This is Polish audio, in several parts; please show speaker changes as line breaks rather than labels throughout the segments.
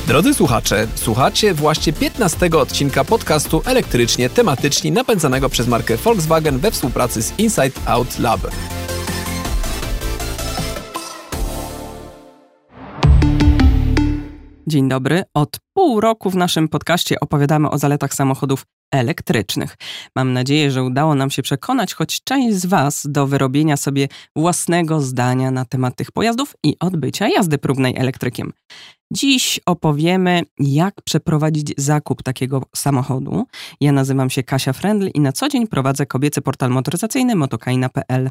Drodzy słuchacze, słuchacie właśnie 15 odcinka podcastu Elektrycznie Tematyczni napędzanego przez markę Volkswagen we współpracy z Inside Out Lab.
Dzień dobry. Od pół roku w naszym podcaście opowiadamy o zaletach samochodów elektrycznych. Mam nadzieję, że udało nam się przekonać choć część z Was do wyrobienia sobie własnego zdania na temat tych pojazdów i odbycia jazdy próbnej elektrykiem. Dziś opowiemy, jak przeprowadzić zakup takiego samochodu. Ja nazywam się Kasia Frendl i na co dzień prowadzę kobiecy portal motoryzacyjny motokaina.pl.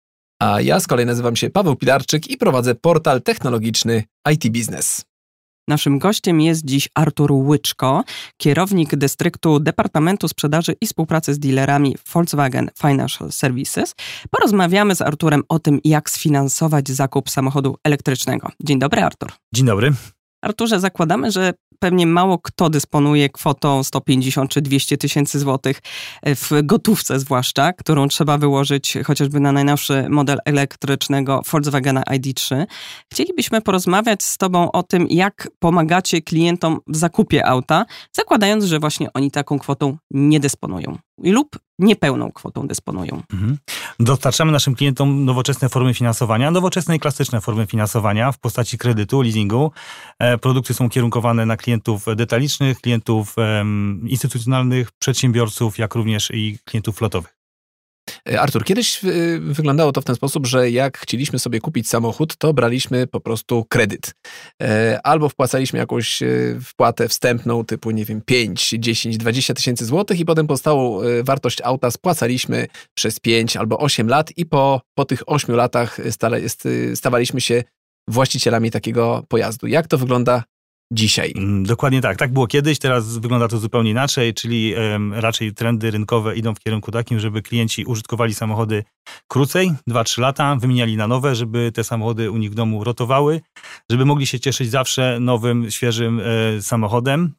A ja z kolei nazywam się Paweł Pilarczyk i prowadzę portal technologiczny IT Business.
Naszym gościem jest dziś Artur Łyczko, kierownik dystryktu Departamentu Sprzedaży i Współpracy z dealerami Volkswagen Financial Services. Porozmawiamy z Arturem o tym, jak sfinansować zakup samochodu elektrycznego. Dzień dobry, Artur.
Dzień dobry.
Arturze, zakładamy, że pewnie mało kto dysponuje kwotą 150 czy 200 tysięcy złotych w gotówce zwłaszcza, którą trzeba wyłożyć chociażby na najnowszy model elektrycznego Volkswagena ID3. Chcielibyśmy porozmawiać z Tobą o tym, jak pomagacie klientom w zakupie auta, zakładając, że właśnie oni taką kwotą nie dysponują lub niepełną kwotą dysponują.
Dostarczamy naszym klientom nowoczesne formy finansowania, nowoczesne i klasyczne formy finansowania w postaci kredytu, leasingu. Produkty są kierunkowane na klientów detalicznych, klientów instytucjonalnych, przedsiębiorców, jak również i klientów flotowych.
Artur, kiedyś wyglądało to w ten sposób, że jak chcieliśmy sobie kupić samochód, to braliśmy po prostu kredyt. Albo wpłacaliśmy jakąś wpłatę wstępną typu, 5, 10, 20 tysięcy złotych i potem pozostałą wartość auta spłacaliśmy przez 5 albo 8 lat i po tych 8 latach stawaliśmy się właścicielami takiego pojazdu. Jak to wygląda dzisiaj?
Dokładnie tak. Tak było kiedyś, teraz wygląda to zupełnie inaczej, czyli raczej trendy rynkowe idą w kierunku takim, żeby klienci użytkowali samochody krócej, 2-3 lata, wymieniali na nowe, żeby te samochody u nich w domu rotowały, żeby mogli się cieszyć zawsze nowym, świeżym samochodem.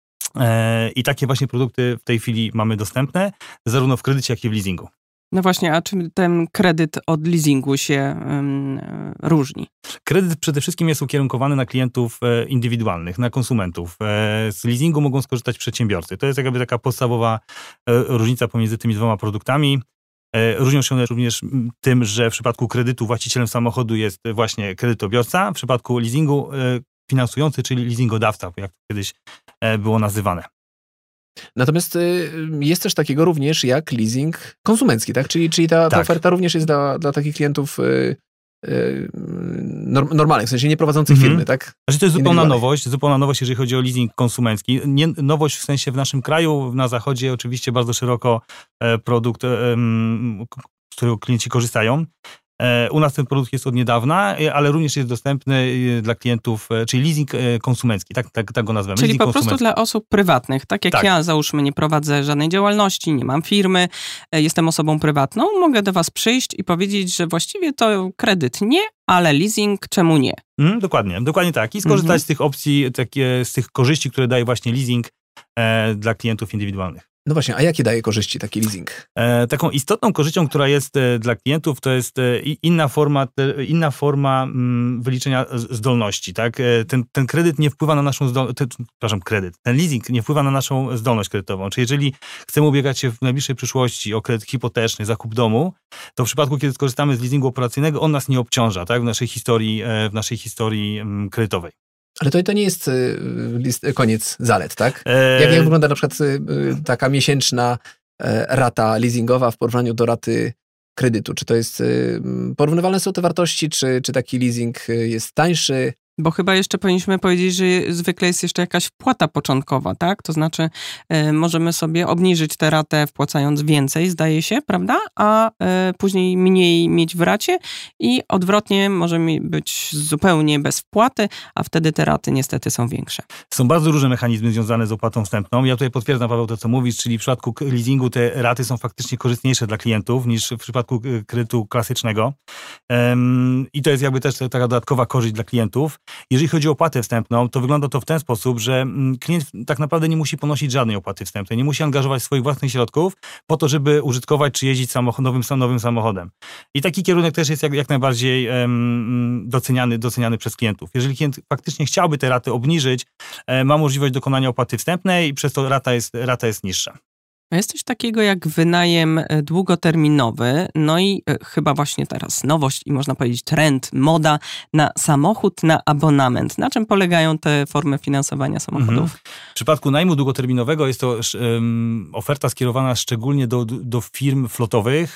I takie właśnie produkty w tej chwili mamy dostępne, zarówno w kredycie, jak i w leasingu.
No właśnie, a czym ten kredyt od leasingu się różni?
Kredyt przede wszystkim jest ukierunkowany na klientów indywidualnych, na konsumentów. Z leasingu mogą skorzystać przedsiębiorcy. To jest jakby taka podstawowa różnica pomiędzy tymi dwoma produktami. Różnią się one również tym, że w przypadku kredytu właścicielem samochodu jest właśnie kredytobiorca, w przypadku leasingu finansujący, czyli leasingodawca, jak to kiedyś było nazywane.
Natomiast jest coś takiego również jak leasing konsumencki, tak? Czyli ta oferta również jest dla takich klientów normalnych, w sensie nie prowadzących firmy, tak?
Znaczy to jest zupełna nowość, jeżeli chodzi o leasing konsumencki. Nie, nowość w sensie w naszym kraju, na zachodzie oczywiście bardzo szeroko produkt, z którego klienci korzystają. U nas ten produkt jest od niedawna, ale również jest dostępny dla klientów, czyli leasing konsumencki, tak go nazywamy.
Czyli po prostu dla osób prywatnych, tak jak ja, załóżmy, nie prowadzę żadnej działalności, nie mam firmy, jestem osobą prywatną, mogę do Was przyjść i powiedzieć, że właściwie to kredyt nie, ale leasing czemu nie?
Dokładnie tak. I skorzystać z tych opcji, z tych korzyści, które daje właśnie leasing dla klientów indywidualnych.
No właśnie, a jakie daje korzyści taki leasing?
Taką istotną korzyścią, która jest dla klientów, to jest inna forma wyliczenia zdolności. Tak? Ten kredyt nie wpływa na naszą zdolność, ten leasing nie wpływa na naszą zdolność kredytową. Czyli jeżeli chcemy ubiegać się w najbliższej przyszłości o kredyt hipoteczny, zakup domu, to w przypadku, kiedy skorzystamy z leasingu operacyjnego, on nas nie obciąża, tak? w naszej historii kredytowej.
Ale to nie jest koniec zalet, tak? Jak wygląda na przykład taka miesięczna rata leasingowa w porównaniu do raty kredytu? Czy to jest porównywalne są te wartości, czy taki leasing jest tańszy?
Bo chyba jeszcze powinniśmy powiedzieć, że zwykle jest jeszcze jakaś wpłata początkowa, tak? To znaczy możemy sobie obniżyć tę ratę wpłacając więcej, zdaje się, prawda? A później mniej mieć w racie i odwrotnie możemy być zupełnie bez wpłaty, a wtedy te raty niestety są większe.
Są bardzo różne mechanizmy związane z opłatą wstępną. Ja tutaj potwierdzam, Paweł, to co mówisz, czyli w przypadku leasingu te raty są faktycznie korzystniejsze dla klientów niż w przypadku kredytu klasycznego. I to jest jakby też taka dodatkowa korzyść dla klientów. Jeżeli chodzi o opłatę wstępną, to wygląda to w ten sposób, że klient tak naprawdę nie musi ponosić żadnej opłaty wstępnej, nie musi angażować swoich własnych środków po to, żeby użytkować czy jeździć nowym samochodem. I taki kierunek też jest jak najbardziej doceniany przez klientów. Jeżeli klient faktycznie chciałby te raty obniżyć, ma możliwość dokonania opłaty wstępnej i przez to rata jest niższa.
A jest coś takiego jak wynajem długoterminowy, no i chyba właśnie teraz nowość i można powiedzieć trend, moda na samochód na abonament. Na czym polegają te formy finansowania samochodów?
W przypadku najmu długoterminowego jest to oferta skierowana szczególnie do firm flotowych,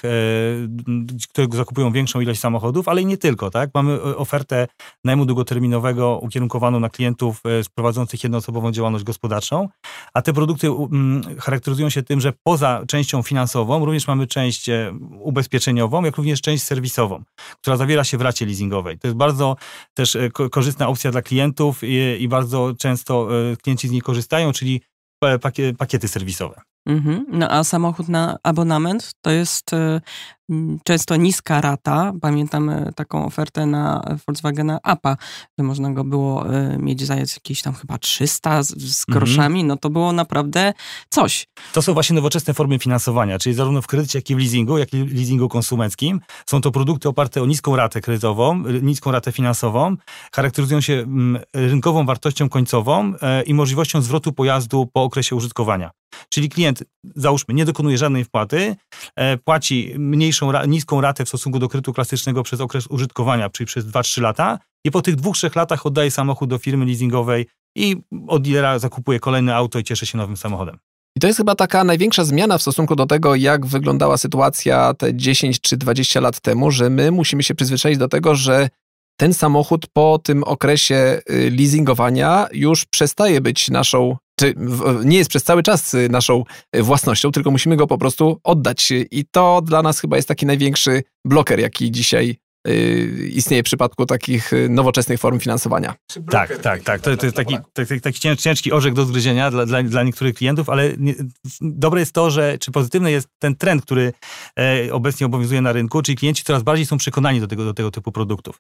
które zakupują większą ilość samochodów, ale i nie tylko, tak? Mamy ofertę najmu długoterminowego ukierunkowaną na klientów prowadzących jednoosobową działalność gospodarczą, a te produkty charakteryzują się tym, że poza częścią finansową również mamy część ubezpieczeniową, jak również część serwisową, która zawiera się w racie leasingowej. To jest bardzo też korzystna opcja dla klientów i bardzo często klienci z niej korzystają, czyli pakiety serwisowe.
No a samochód na abonament to jest często niska rata. Pamiętam taką ofertę na Volkswagena Apa, że można go było mieć za jakieś tam chyba 300 z groszami. No to było naprawdę coś.
To są właśnie nowoczesne formy finansowania, czyli zarówno w kredycie, jak i w leasingu konsumenckim. Są to produkty oparte o niską ratę kredytową, niską ratę finansową. Charakteryzują się rynkową wartością końcową i możliwością zwrotu pojazdu po okresie użytkowania. Czyli klient, załóżmy, nie dokonuje żadnej wpłaty, płaci niską ratę w stosunku do kredytu klasycznego przez okres użytkowania, czyli przez 2-3 lata i po tych 2-3 latach oddaje samochód do firmy leasingowej i od dealera zakupuje kolejne auto i cieszy się nowym samochodem.
I to jest chyba taka największa zmiana w stosunku do tego, jak wyglądała sytuacja te 10 czy 20 lat temu, że my musimy się przyzwyczaić do tego, że ten samochód po tym okresie leasingowania już przestaje być naszą, czy nie jest przez cały czas naszą własnością, tylko musimy go po prostu oddać. I to dla nas chyba jest taki największy bloker, jaki dzisiaj istnieje w przypadku takich nowoczesnych form finansowania.
Tak. To jest taki ciężki orzech do zgryzienia dla niektórych klientów, ale dobre jest to, czy pozytywny jest ten trend, który obecnie obowiązuje na rynku, czyli klienci coraz bardziej są przekonani do tego typu produktów.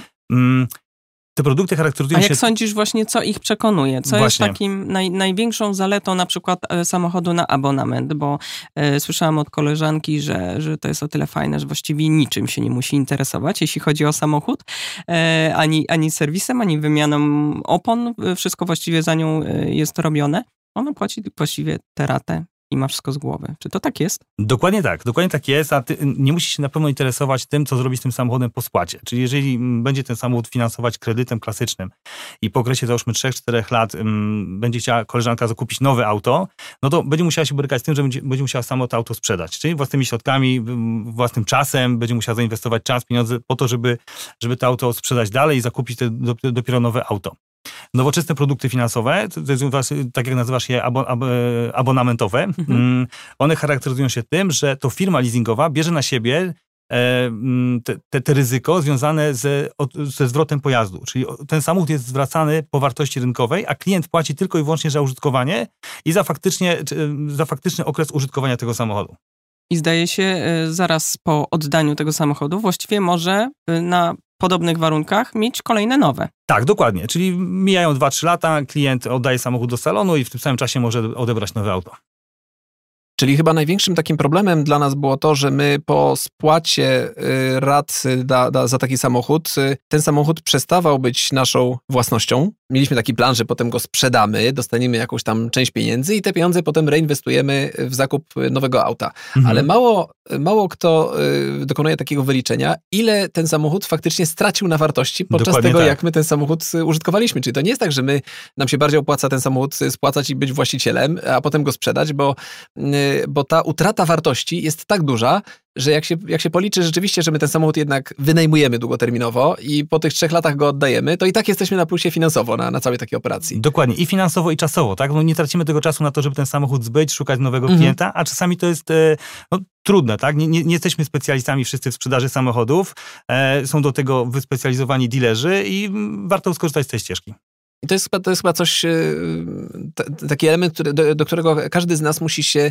Te produkty charakteryzują się...
A jak sądzisz właśnie, co ich przekonuje? Co jest takim największą zaletą na przykład samochodu na abonament? Bo słyszałam od koleżanki, że to jest o tyle fajne, że właściwie niczym się nie musi interesować, jeśli chodzi o samochód. Ani serwisem, ani wymianą opon. Wszystko właściwie za nią jest robione. Ona płaci właściwie tę ratę i ma wszystko z głowy. Czy to tak jest?
Dokładnie tak jest, a ty nie musisz się na pewno interesować tym, co zrobić z tym samochodem po spłacie. Czyli jeżeli będzie ten samochód finansować kredytem klasycznym i po okresie załóżmy 3-4 lat będzie chciała koleżanka zakupić nowe auto, no to będzie musiała się borykać z tym, że będzie musiała samo to auto sprzedać. Czyli własnymi środkami, własnym czasem, będzie musiała zainwestować czas, pieniądze po to, żeby to auto sprzedać dalej i zakupić dopiero nowe auto. Nowoczesne produkty finansowe, to jest, tak jak nazywasz je, abonamentowe, one charakteryzują się tym, że to firma leasingowa bierze na siebie te ryzyko związane ze zwrotem pojazdu. Czyli ten samochód jest zwracany po wartości rynkowej, a klient płaci tylko i wyłącznie za użytkowanie i za faktyczny okres użytkowania tego samochodu.
I zdaje się, zaraz po oddaniu tego samochodu właściwie może na podobnych warunkach mieć kolejne nowe.
Tak, dokładnie. Czyli mijają 2-3 lata, klient oddaje samochód do salonu i w tym samym czasie może odebrać nowe auto.
Czyli chyba największym takim problemem dla nas było to, że my po spłacie rat za taki samochód, ten samochód przestawał być naszą własnością. Mieliśmy taki plan, że potem go sprzedamy, dostaniemy jakąś tam część pieniędzy i te pieniądze potem reinwestujemy w zakup nowego auta. Ale mało kto dokonuje takiego wyliczenia, ile ten samochód faktycznie stracił na wartości podczas
Dokładnie
tego,
tak.
jak my ten samochód użytkowaliśmy. Czyli to nie jest tak, że nam się bardziej opłaca ten samochód spłacać i być właścicielem, a potem go sprzedać, bo ta utrata wartości jest tak duża, że jak się policzy rzeczywiście, że my ten samochód jednak wynajmujemy długoterminowo i po tych 3 latach go oddajemy, to i tak jesteśmy na plusie finansowo na całej takiej operacji.
Dokładnie. I finansowo, i czasowo, tak? No nie tracimy tego czasu na to, żeby ten samochód zbyć, szukać nowego klienta, a czasami to jest trudne, tak? Nie jesteśmy specjalistami wszyscy w sprzedaży samochodów. Są do tego wyspecjalizowani dealerzy i warto skorzystać z tej ścieżki.
I to jest chyba coś, taki element, do którego każdy z nas musi się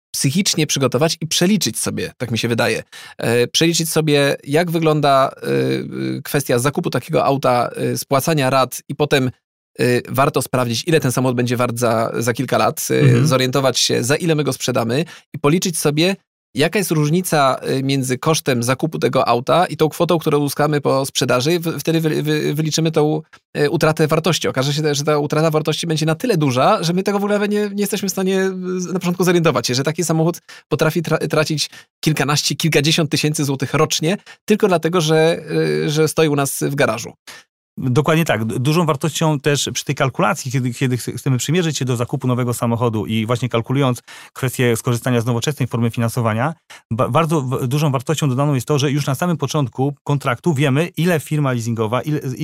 psychicznie przygotować i przeliczyć sobie, tak mi się wydaje. Przeliczyć sobie, jak wygląda kwestia zakupu takiego auta, spłacania rat i potem warto sprawdzić, ile ten samochód będzie wart za kilka lat, zorientować się, za ile my go sprzedamy i policzyć sobie, jaka jest różnica między kosztem zakupu tego auta i tą kwotą, którą uzyskamy po sprzedaży. Wtedy wyliczymy tą utratę wartości. Okaże się, że ta utrata wartości będzie na tyle duża, że my tego w ogóle nie jesteśmy w stanie na początku zorientować się, że taki samochód potrafi tracić kilkanaście, kilkadziesiąt tysięcy złotych rocznie, tylko dlatego, że stoi u nas w garażu.
Dokładnie tak. Dużą wartością też przy tej kalkulacji, kiedy chcemy przymierzyć się do zakupu nowego samochodu i właśnie kalkulując kwestię skorzystania z nowoczesnej formy finansowania, bardzo dużą wartością dodaną jest to, że już na samym początku kontraktu wiemy, ile firma leasingowa,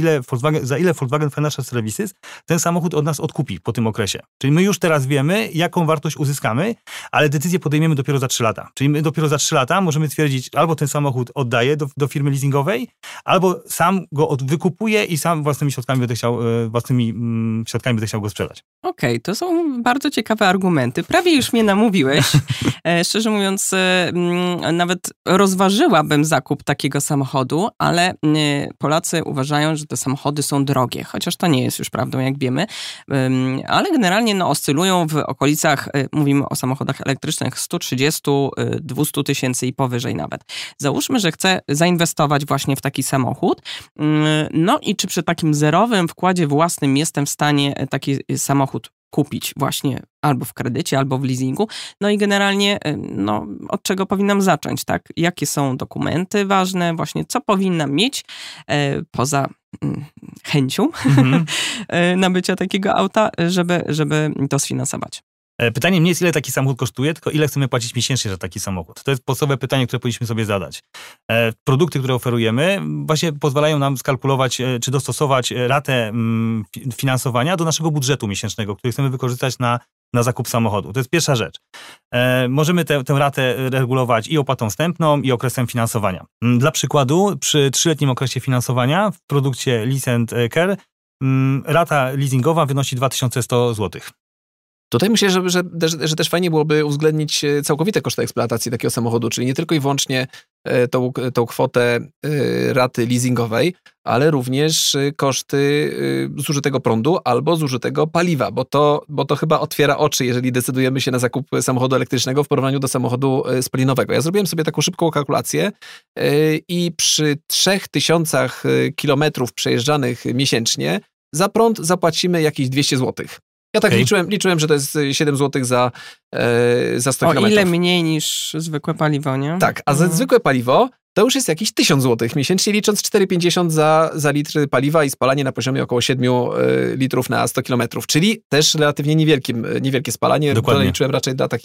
za ile Volkswagen Financial Services ten samochód od nas odkupi po tym okresie. Czyli my już teraz wiemy, jaką wartość uzyskamy, ale decyzję podejmiemy dopiero za 3 lata. Czyli my dopiero za 3 lata możemy stwierdzić, albo ten samochód oddaję do firmy leasingowej, albo sam go wykupuję i sam własnymi środkami będę chciał go sprzedać.
Okej, to są bardzo ciekawe argumenty. Prawie już mnie namówiłeś. Szczerze mówiąc, nawet rozważyłabym zakup takiego samochodu, ale Polacy uważają, że te samochody są drogie, chociaż to nie jest już prawdą, jak wiemy. Ale generalnie oscylują w okolicach, mówimy o samochodach elektrycznych, 130, 200 tysięcy i powyżej nawet. Załóżmy, że chcę zainwestować właśnie w taki samochód. No i czy przy takim zerowym wkładzie własnym jestem w stanie taki samochód kupić właśnie albo w kredycie, albo w leasingu. No i generalnie od czego powinnam zacząć, tak? Jakie są dokumenty ważne, właśnie co powinnam mieć poza chęcią nabycia takiego auta, żeby to sfinansować.
Pytanie nie jest, ile taki samochód kosztuje, tylko ile chcemy płacić miesięcznie za taki samochód. To jest podstawowe pytanie, które powinniśmy sobie zadać. Produkty, które oferujemy, właśnie pozwalają nam skalkulować, czy dostosować ratę finansowania do naszego budżetu miesięcznego, który chcemy wykorzystać na zakup samochodu. To jest pierwsza rzecz. Możemy tę ratę regulować i opłatą wstępną, i okresem finansowania. Dla przykładu, przy 3-letnim okresie finansowania w produkcie Lease & Care rata leasingowa wynosi 2100 zł.
Tutaj myślę, że też fajnie byłoby uwzględnić całkowite koszty eksploatacji takiego samochodu, czyli nie tylko i wyłącznie tą kwotę raty leasingowej, ale również koszty zużytego prądu albo zużytego paliwa, bo to chyba otwiera oczy, jeżeli decydujemy się na zakup samochodu elektrycznego w porównaniu do samochodu spalinowego. Ja zrobiłem sobie taką szybką kalkulację i przy 3000 kilometrów przejeżdżanych miesięcznie za prąd zapłacimy jakieś 200 zł. Ja tak liczyłem, że to jest 7 zł za 100 km.
O ile mniej niż zwykłe paliwo, nie?
Tak, a za zwykłe paliwo to już jest jakieś 1000 zł miesięcznie, licząc 4,50 za litr paliwa i spalanie na poziomie około 7 litrów na 100 km, czyli też relatywnie niewielkie spalanie.
Dokładnie.
Liczyłem raczej dla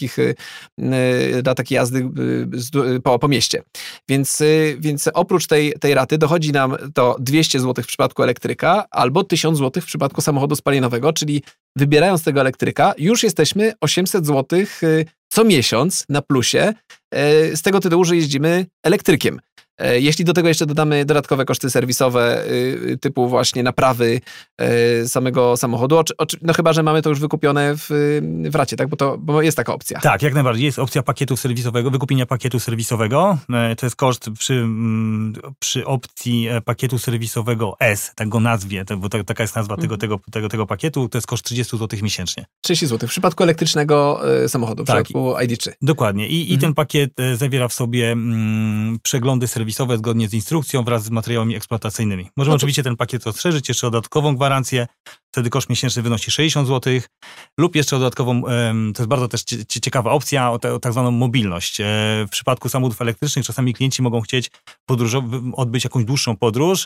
takiej jazdy po mieście. Więc oprócz tej raty dochodzi nam to 200 zł w przypadku elektryka albo 1000 zł w przypadku samochodu spalinowego, czyli wybierając tego elektryka już jesteśmy 800 zł co miesiąc na plusie z tego tytułu, że jeździmy elektrykiem. Jeśli do tego jeszcze dodamy dodatkowe koszty serwisowe typu właśnie naprawy samego samochodu, no chyba, że mamy to już wykupione w racie, tak? Bo jest taka opcja.
Tak, jak najbardziej. Jest opcja pakietu serwisowego, wykupienia pakietu serwisowego. To jest koszt przy opcji pakietu serwisowego S, tak go nazwie, bo taka jest nazwa tego pakietu, to jest koszt 30 zł miesięcznie. 30
zł w przypadku elektrycznego samochodu, w przypadku ID3.
Dokładnie. I ten pakiet zawiera w sobie przeglądy serwisowe zgodnie z instrukcją wraz z materiałami eksploatacyjnymi. Możemy oczywiście ten pakiet rozszerzyć jeszcze o dodatkową gwarancję. Wtedy koszt miesięczny wynosi 60 zł lub jeszcze o dodatkową, to jest bardzo też ciekawa opcja, o tak zwaną mobilność. W przypadku samochodów elektrycznych czasami klienci mogą chcieć odbyć jakąś dłuższą podróż,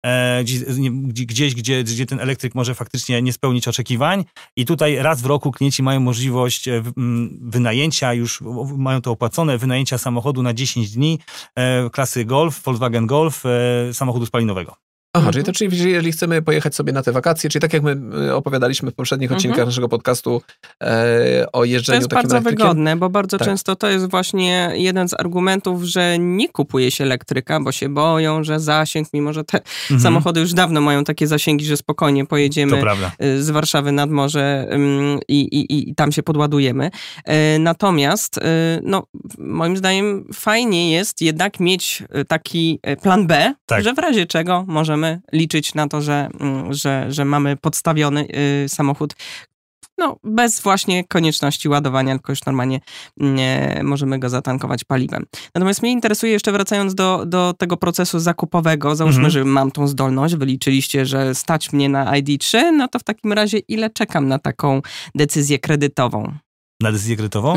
gdzieś, gdzie ten elektryk może faktycznie nie spełnić oczekiwań i tutaj raz w roku klienci mają możliwość wynajęcia, już mają to opłacone, wynajęcia samochodu na 10 dni klasy Golf, Volkswagen Golf, samochodu spalinowego.
Aha, czyli jeżeli chcemy pojechać sobie na te wakacje, czyli tak jak my opowiadaliśmy w poprzednich odcinkach naszego podcastu o jeżdżeniu takim
To jest bardzo
elektrykiem.
wygodne, bo bardzo często to jest właśnie jeden z argumentów, że nie kupuje się elektryka, bo się boją, że zasięg, mimo że te samochody już dawno mają takie zasięgi, że spokojnie pojedziemy z Warszawy nad morze i tam się podładujemy. Natomiast no, moim zdaniem fajnie jest jednak mieć taki plan B, że w razie czego możemy liczyć na to, że mamy podstawiony samochód bez właśnie konieczności ładowania, tylko już normalnie możemy go zatankować paliwem. Natomiast mnie interesuje jeszcze, wracając do tego procesu zakupowego, załóżmy, że mam tą zdolność, wyliczyliście, że stać mnie na ID3, no to w takim razie ile czekam na taką decyzję kredytową?
Na decyzję kredytową?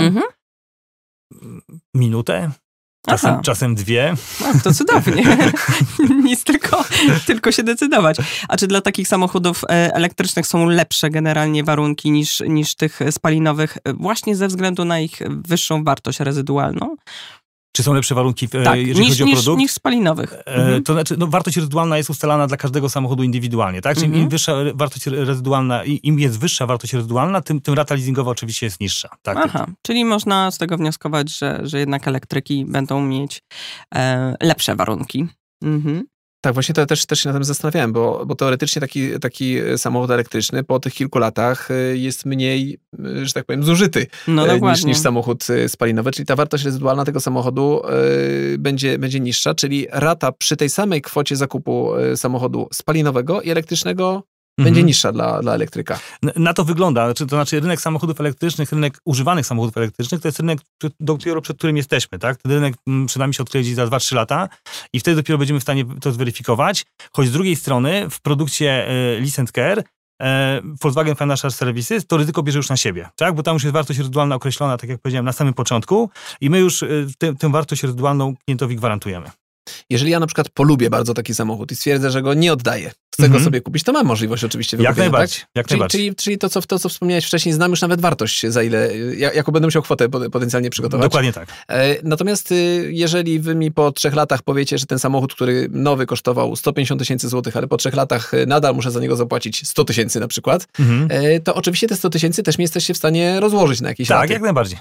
Minutę? Czasem 2.
To cudownie. Nic, tylko się decydować. A czy dla takich samochodów elektrycznych są lepsze generalnie warunki niż tych spalinowych właśnie ze względu na ich wyższą wartość rezydualną?
Czy są lepsze warunki, jeżeli chodzi o produkt?
Niż spalinowych.
To znaczy, wartość rezydualna jest ustalana dla każdego samochodu indywidualnie, tak? Czyli im wyższa wartość rezydualna, im jest wyższa wartość rezydualna, tym rata leasingowa oczywiście jest niższa. Tak?
Aha, czyli można z tego wnioskować, że jednak elektryki będą mieć lepsze warunki.
Tak, właśnie to też się na tym zastanawiałem, bo teoretycznie taki samochód elektryczny po tych kilku latach jest mniej, że tak powiem, zużyty niż samochód spalinowy, czyli ta wartość rezydualna tego samochodu będzie niższa, czyli rata przy tej samej kwocie zakupu samochodu spalinowego i elektrycznego będzie niższa dla elektryka.
Na to wygląda. To znaczy rynek samochodów elektrycznych, rynek używanych samochodów elektrycznych to jest rynek dopiero przed którym jesteśmy. Tak? Ten rynek przed nami się odkryje za 2-3 lata i wtedy dopiero będziemy w stanie to zweryfikować. Choć z drugiej strony w produkcie Lease & Care Volkswagen Financial Services to ryzyko bierze już na siebie, tak? Bo tam już jest wartość rezydualna określona, tak jak powiedziałem, na samym początku i my już tę wartość rezydualną klientowi gwarantujemy.
Jeżeli ja na przykład polubię bardzo taki samochód i stwierdzę, że go nie oddaję, chcę go sobie kupić, to mam możliwość oczywiście wykupienia.
Jak najbardziej. Tak? Jak najbardziej.
Czyli to, co wspomniałeś wcześniej, znam już nawet wartość, za ile, jaką będę musiał kwotę potencjalnie przygotować.
Dokładnie tak.
Natomiast jeżeli wy mi po 3 latach powiecie, że ten samochód, który nowy kosztował 150 000 złotych, ale po 3 latach nadal muszę za niego zapłacić 100 000 na przykład, to oczywiście te 100 000 też mi jesteście w stanie rozłożyć na jakieś raty.
Tak, jak najbardziej.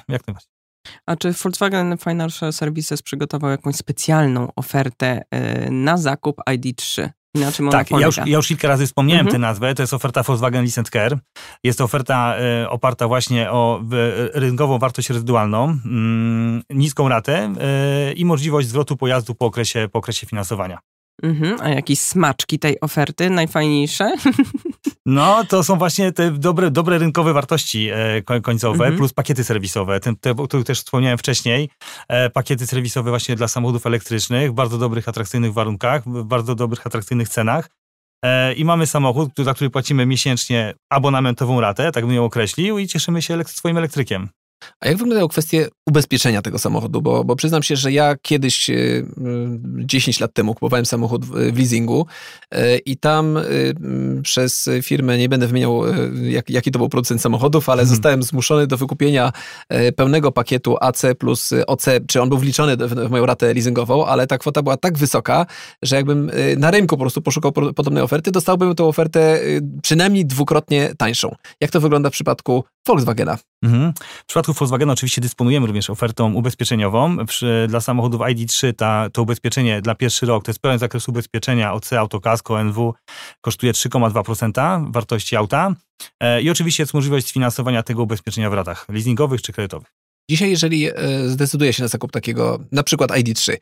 A czy Volkswagen Financial Services przygotował jakąś specjalną ofertę na zakup ID3?
Tak, ja już kilka razy wspomniałem tę nazwę. To jest oferta Volkswagen Lease & Care. Jest to oferta oparta właśnie o rynkową wartość rezydualną, niską ratę i możliwość zwrotu pojazdu po okresie finansowania.
A jakieś smaczki tej oferty najfajniejsze?
No, to są właśnie te dobre rynkowe wartości końcowe, plus pakiety serwisowe. O których też wspomniałem wcześniej. Pakiety serwisowe właśnie dla samochodów elektrycznych, w bardzo dobrych, atrakcyjnych warunkach, w bardzo dobrych, atrakcyjnych cenach. I mamy samochód, za który płacimy miesięcznie abonamentową ratę, tak bym ją określił, i cieszymy się swoim elektrykiem.
A jak wyglądają kwestie ubezpieczenia tego samochodu? Bo przyznam się, że ja kiedyś 10 lat temu kupowałem samochód w leasingu i tam przez firmę, nie będę wymieniał jaki to był producent samochodów, ale zostałem zmuszony do wykupienia pełnego pakietu AC plus OC, czy on był wliczony w moją ratę leasingową, ale ta kwota była tak wysoka, że jakbym na rynku po prostu poszukał podobnej oferty, dostałbym tą ofertę przynajmniej dwukrotnie tańszą. Jak to wygląda w przypadku Volkswagena?
W przypadku Volkswagena oczywiście dysponujemy również ofertą ubezpieczeniową. Dla samochodów ID3 to ubezpieczenie dla pierwszy rok, to jest pełen zakres ubezpieczenia OC, autokasko, ONW, kosztuje 3,2% wartości auta. I oczywiście jest możliwość sfinansowania tego ubezpieczenia w ratach leasingowych czy kredytowych.
Dzisiaj, jeżeli zdecyduję się na zakup takiego, na przykład ID3,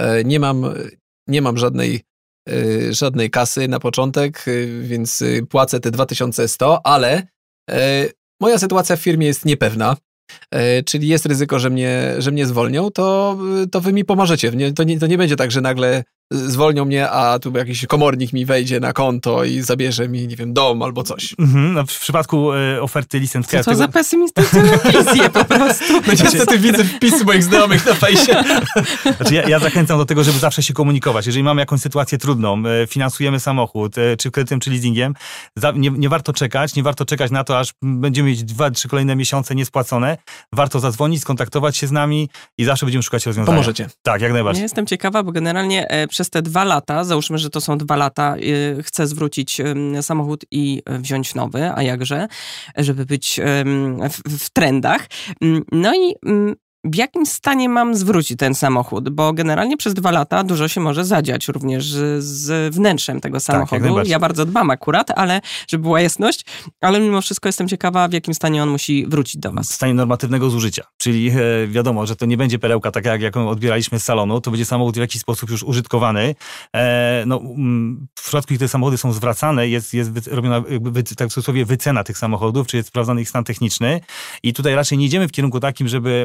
nie mam żadnej kasy na początek, więc płacę te 2100, ale moja sytuacja w firmie jest niepewna, czyli jest ryzyko, że mnie zwolnią, to wy mi pomożecie. To nie będzie tak, że nagle zwolnią mnie, a tu jakiś komornik mi wejdzie na konto i zabierze mi, nie wiem, dom albo coś.
No w przypadku oferty Lease & Care...
Co za pesymistyczne wizje po prostu.
No niestety widzę wpisy moich znajomych na fejsie.
Znaczy ja zachęcam do tego, żeby zawsze się komunikować. Jeżeli mamy jakąś sytuację trudną, finansujemy samochód, czy kredytem, czy leasingiem, nie warto czekać na to, aż będziemy mieć 2-3 kolejne miesiące niespłacone. Warto zadzwonić, skontaktować się z nami i zawsze będziemy szukać rozwiązania.
Pomożecie.
Tak, jak najbardziej.
Ja jestem ciekawa, bo generalnie przez te 2 lata, załóżmy, że to są 2 lata, chcę zwrócić samochód i wziąć nowy, a jakże, żeby być w trendach. No i w jakim stanie mam zwrócić ten samochód? Bo generalnie przez 2 lata dużo się może zadziać również z wnętrzem tego samochodu.
Tak,
ja bardzo dbam akurat, ale żeby była jasność, ale mimo wszystko jestem ciekawa, w jakim stanie on musi wrócić do was.
W stanie normatywnego zużycia. Czyli wiadomo, że to nie będzie perełka taka, jaką odbieraliśmy z salonu, to będzie samochód w jakiś sposób już użytkowany. W przypadku, gdy te samochody są zwracane, jest robiona tak w cudzysłowie wycena tych samochodów, czy jest sprawdzany ich stan techniczny. I tutaj raczej nie idziemy w kierunku takim, żeby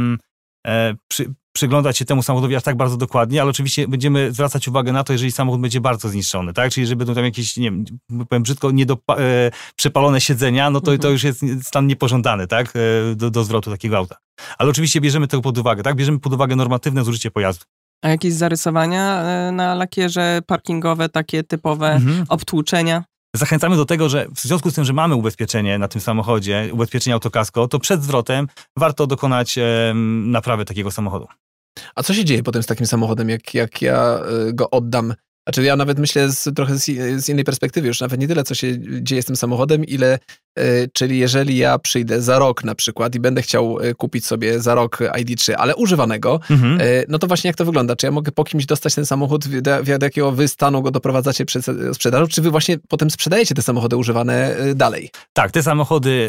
przyglądać się temu samochodowi aż tak bardzo dokładnie, ale oczywiście będziemy zwracać uwagę na to, jeżeli samochód będzie bardzo zniszczony, tak? Czyli jeżeli będą tam jakieś, nie wiem, powiem brzydko, przepalone siedzenia, no to już jest stan niepożądany, tak? Do zwrotu takiego auta. Ale oczywiście bierzemy to pod uwagę, tak? Bierzemy pod uwagę normatywne zużycie pojazdu.
A jakieś zarysowania na lakierze parkingowe, takie typowe obtłuczenia?
Zachęcamy do tego, że w związku z tym, że mamy ubezpieczenie na tym samochodzie, ubezpieczenie autokasko, to przed zwrotem warto dokonać naprawy takiego samochodu.
A co się dzieje potem z takim samochodem, jak ja go oddam? Znaczy ja nawet myślę trochę z innej perspektywy, już nawet nie tyle, co się dzieje z tym samochodem, ile, czyli jeżeli ja przyjdę za rok na przykład i będę chciał kupić sobie za rok ID3, ale używanego, no to właśnie jak to wygląda? Czy ja mogę po kimś dostać ten samochód, do jakiego wy stanu go doprowadzacie przed sprzedażą, czy wy właśnie potem sprzedajecie te samochody używane dalej?
Tak, te samochody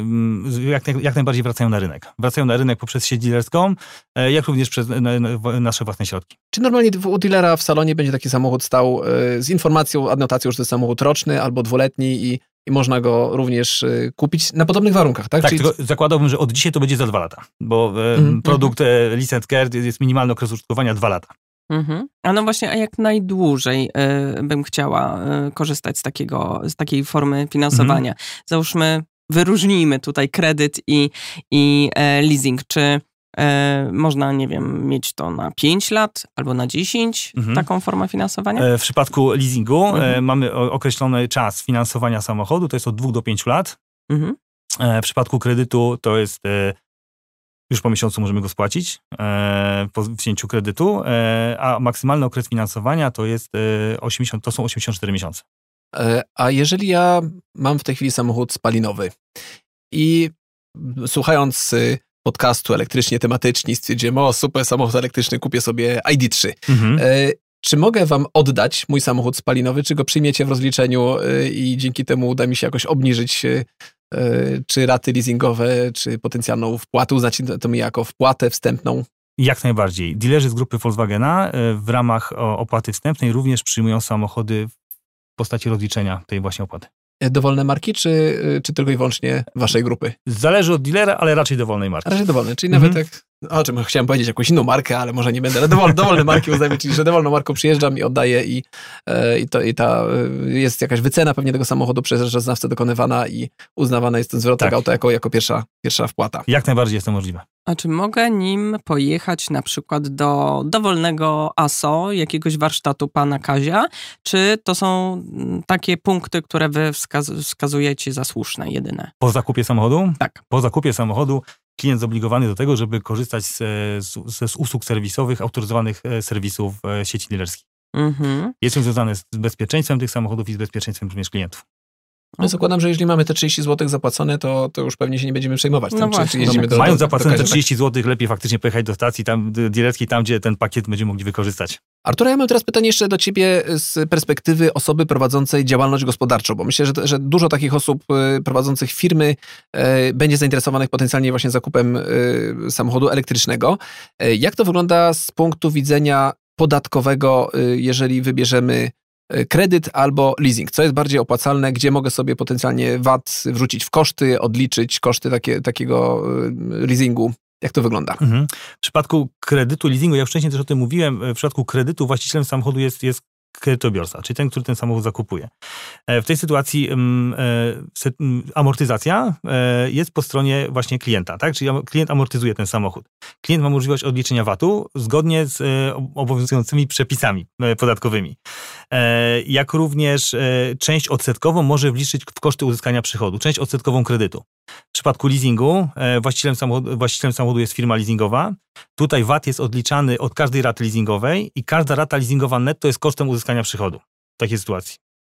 jak najbardziej wracają na rynek. Wracają na rynek poprzez sieć dealerską, jak również przez nasze własne środki.
Czy normalnie u dealera w salonie będzie taki samochód stał z informacją, adnotacją, że to jest samochód roczny albo 2-letni i można go również kupić na podobnych warunkach, tak?
Tak,
Czyli...
tylko zakładałbym, że od dzisiaj to będzie za 2 lata, bo produkt Lease & Care jest minimalny okres użytkowania 2 lata.
A no właśnie, a jak najdłużej bym chciała korzystać z takiej formy finansowania? Załóżmy, wyróżnijmy tutaj kredyt i leasing. Czy można, nie wiem, mieć to na 5 lat albo na 10, taką formę finansowania?
W przypadku leasingu mamy określony czas finansowania samochodu, to jest od 2 do 5 lat. W przypadku kredytu to jest już po miesiącu możemy go spłacić po wzięciu kredytu, a maksymalny okres finansowania to jest to są 84 miesiące.
A jeżeli ja mam w tej chwili samochód spalinowy i słuchając podcastu elektrycznie tematyczni stwierdziłem, super, samochód elektryczny, kupię sobie ID3. Czy mogę wam oddać mój samochód spalinowy, czy go przyjmiecie w rozliczeniu i dzięki temu uda mi się jakoś obniżyć czy raty leasingowe, czy potencjalną wpłatę, uznać to mi jako wpłatę wstępną?
Jak najbardziej. Dilerzy z grupy Volkswagena w ramach opłaty wstępnej również przyjmują samochody w postaci rozliczenia tej właśnie opłaty.
Dowolne marki, czy tylko i wyłącznie waszej grupy?
Zależy od dealera, ale raczej dowolnej marki.
Raczej dowolne, czyli nawet jak... O czym chciałem powiedzieć, jakąś inną markę, ale może nie będę, ale dowolne marki uznajmy, czyli że dowolną marką przyjeżdżam i oddaję i jest jakaś wycena pewnie tego samochodu przez rzeczoznawcę dokonywana i uznawana jest ten zwrot tego auta jako pierwsza wpłata.
Jak najbardziej jest to możliwe.
A czy mogę nim pojechać na przykład do dowolnego ASO, jakiegoś warsztatu pana Kazia, czy to są takie punkty, które wy wskazujecie za słuszne, jedyne?
Po zakupie samochodu?
Tak.
Po zakupie samochodu klient zobligowany do tego, żeby korzystać z usług serwisowych, autoryzowanych serwisów sieci dealerskich. Jest to związane z bezpieczeństwem tych samochodów i z bezpieczeństwem również klientów.
No zakładam, że jeżeli mamy te 30 zł zapłacone, to już pewnie się nie będziemy przejmować tym, czy jeździmy
mając zapłacone te 30 zł, lepiej faktycznie pojechać do stacji dealerskiej, tam gdzie ten pakiet będziemy mogli wykorzystać.
Artur, ja mam teraz pytanie jeszcze do ciebie z perspektywy osoby prowadzącej działalność gospodarczą, bo myślę, że dużo takich osób prowadzących firmy będzie zainteresowanych potencjalnie właśnie zakupem samochodu elektrycznego. Jak to wygląda z punktu widzenia podatkowego, jeżeli wybierzemy kredyt albo leasing? Co jest bardziej opłacalne? Gdzie mogę sobie potencjalnie VAT wrzucić w koszty, odliczyć koszty takiego leasingu? Jak to wygląda?
W przypadku kredytu, leasingu, ja już wcześniej też o tym mówiłem, w przypadku kredytu właścicielem samochodu jest kredytobiorca, czyli ten, który ten samochód zakupuje. W tej sytuacji amortyzacja jest po stronie właśnie klienta, tak? Czyli klient amortyzuje ten samochód. Klient ma możliwość odliczenia VAT-u zgodnie z obowiązującymi przepisami podatkowymi. Jak również część odsetkową może wliczyć w koszty uzyskania przychodu, część odsetkową kredytu. W przypadku leasingu właścicielem samochodu jest firma leasingowa, Tutaj VAT jest odliczany od każdej raty leasingowej i każda rata leasingowa netto jest kosztem uzyskania przychodu w takiej sytuacji.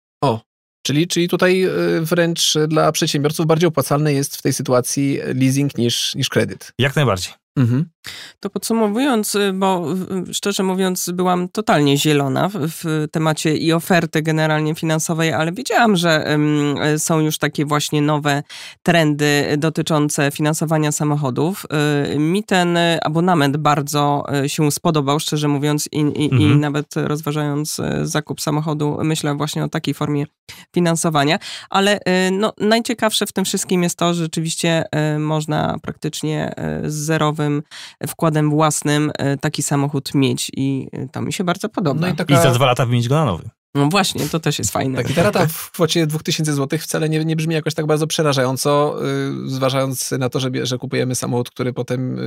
Czyli tutaj wręcz dla przedsiębiorców bardziej opłacalny jest w tej sytuacji leasing niż kredyt.
Jak najbardziej.
Mhm.
To podsumowując, bo szczerze mówiąc byłam totalnie zielona w temacie i oferty generalnie finansowej, ale wiedziałam, że są już takie właśnie nowe trendy dotyczące finansowania samochodów. Mi ten abonament bardzo się spodobał, szczerze mówiąc i nawet rozważając zakup samochodu myślę właśnie o takiej formie finansowania, ale no, najciekawsze w tym wszystkim jest to, że rzeczywiście można praktycznie z zerowym wkładem własnym taki samochód mieć i to mi się bardzo podoba.
I za 2 lata wymienić go na nowy.
No właśnie, to też jest fajne.
Tak, i ta rata w kwocie 2000 zł wcale nie brzmi jakoś tak bardzo przerażająco, zważając na to, że kupujemy samochód, który potem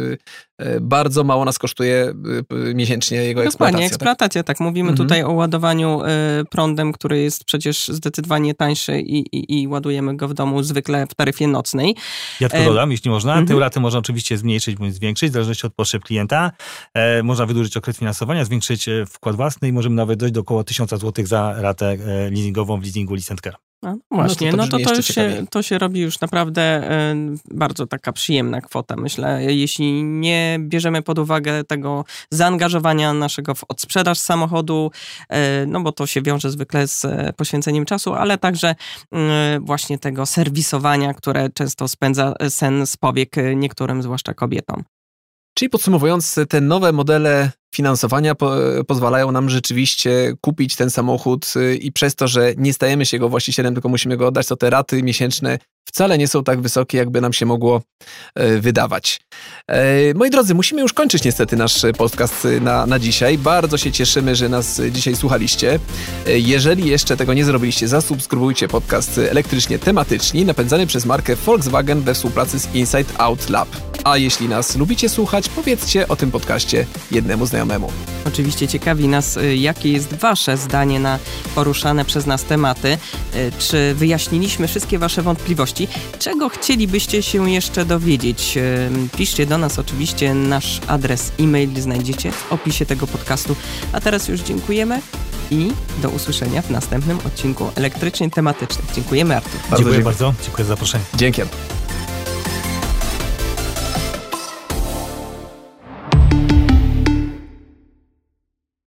bardzo mało nas kosztuje miesięcznie jego eksploatacja.
Dokładnie, eksploatacja, tak. Mówimy tutaj o ładowaniu prądem, który jest przecież zdecydowanie tańszy i ładujemy go w domu zwykle w taryfie nocnej.
Ja tylko dodam, jeśli można, tę ratę można oczywiście zmniejszyć bądź zwiększyć, w zależności od potrzeb klienta. Można wydłużyć okres finansowania, zwiększyć wkład własny i możemy nawet dojść do około 1000 zł za ratę leasingową w leasingu Listen Car.
No właśnie, to się robi już naprawdę bardzo taka przyjemna kwota, myślę. Jeśli nie bierzemy pod uwagę tego zaangażowania naszego w odsprzedaż samochodu, no bo to się wiąże zwykle z poświęceniem czasu, ale także właśnie tego serwisowania, które często spędza sen z powiek niektórym, zwłaszcza kobietom.
Czyli podsumowując, te nowe modele finansowania pozwalają nam rzeczywiście kupić ten samochód i przez to, że nie stajemy się jego właścicielem, tylko musimy go oddać, to te raty miesięczne wcale nie są tak wysokie, jakby nam się mogło wydawać. Moi drodzy, musimy już kończyć niestety nasz podcast na dzisiaj. Bardzo się cieszymy, że nas dzisiaj słuchaliście. Jeżeli jeszcze tego nie zrobiliście, zasubskrybujcie podcast Elektrycznie Tematyczni, napędzany przez markę Volkswagen we współpracy z Inside Out Lab. A jeśli nas lubicie słuchać, powiedzcie o tym podcaście jednemu znajomemu.
Oczywiście ciekawi nas, jakie jest wasze zdanie na poruszane przez nas tematy. Czy wyjaśniliśmy wszystkie wasze wątpliwości? Czego chcielibyście się jeszcze dowiedzieć? Piszcie do nas oczywiście, nasz adres e-mail znajdziecie w opisie tego podcastu. A teraz już dziękujemy i do usłyszenia w następnym odcinku Elektrycznie Tematycznych. Dziękujemy, Artur.
Dziękuję bardzo. Dziękuję za zaproszenie.
Dzięki.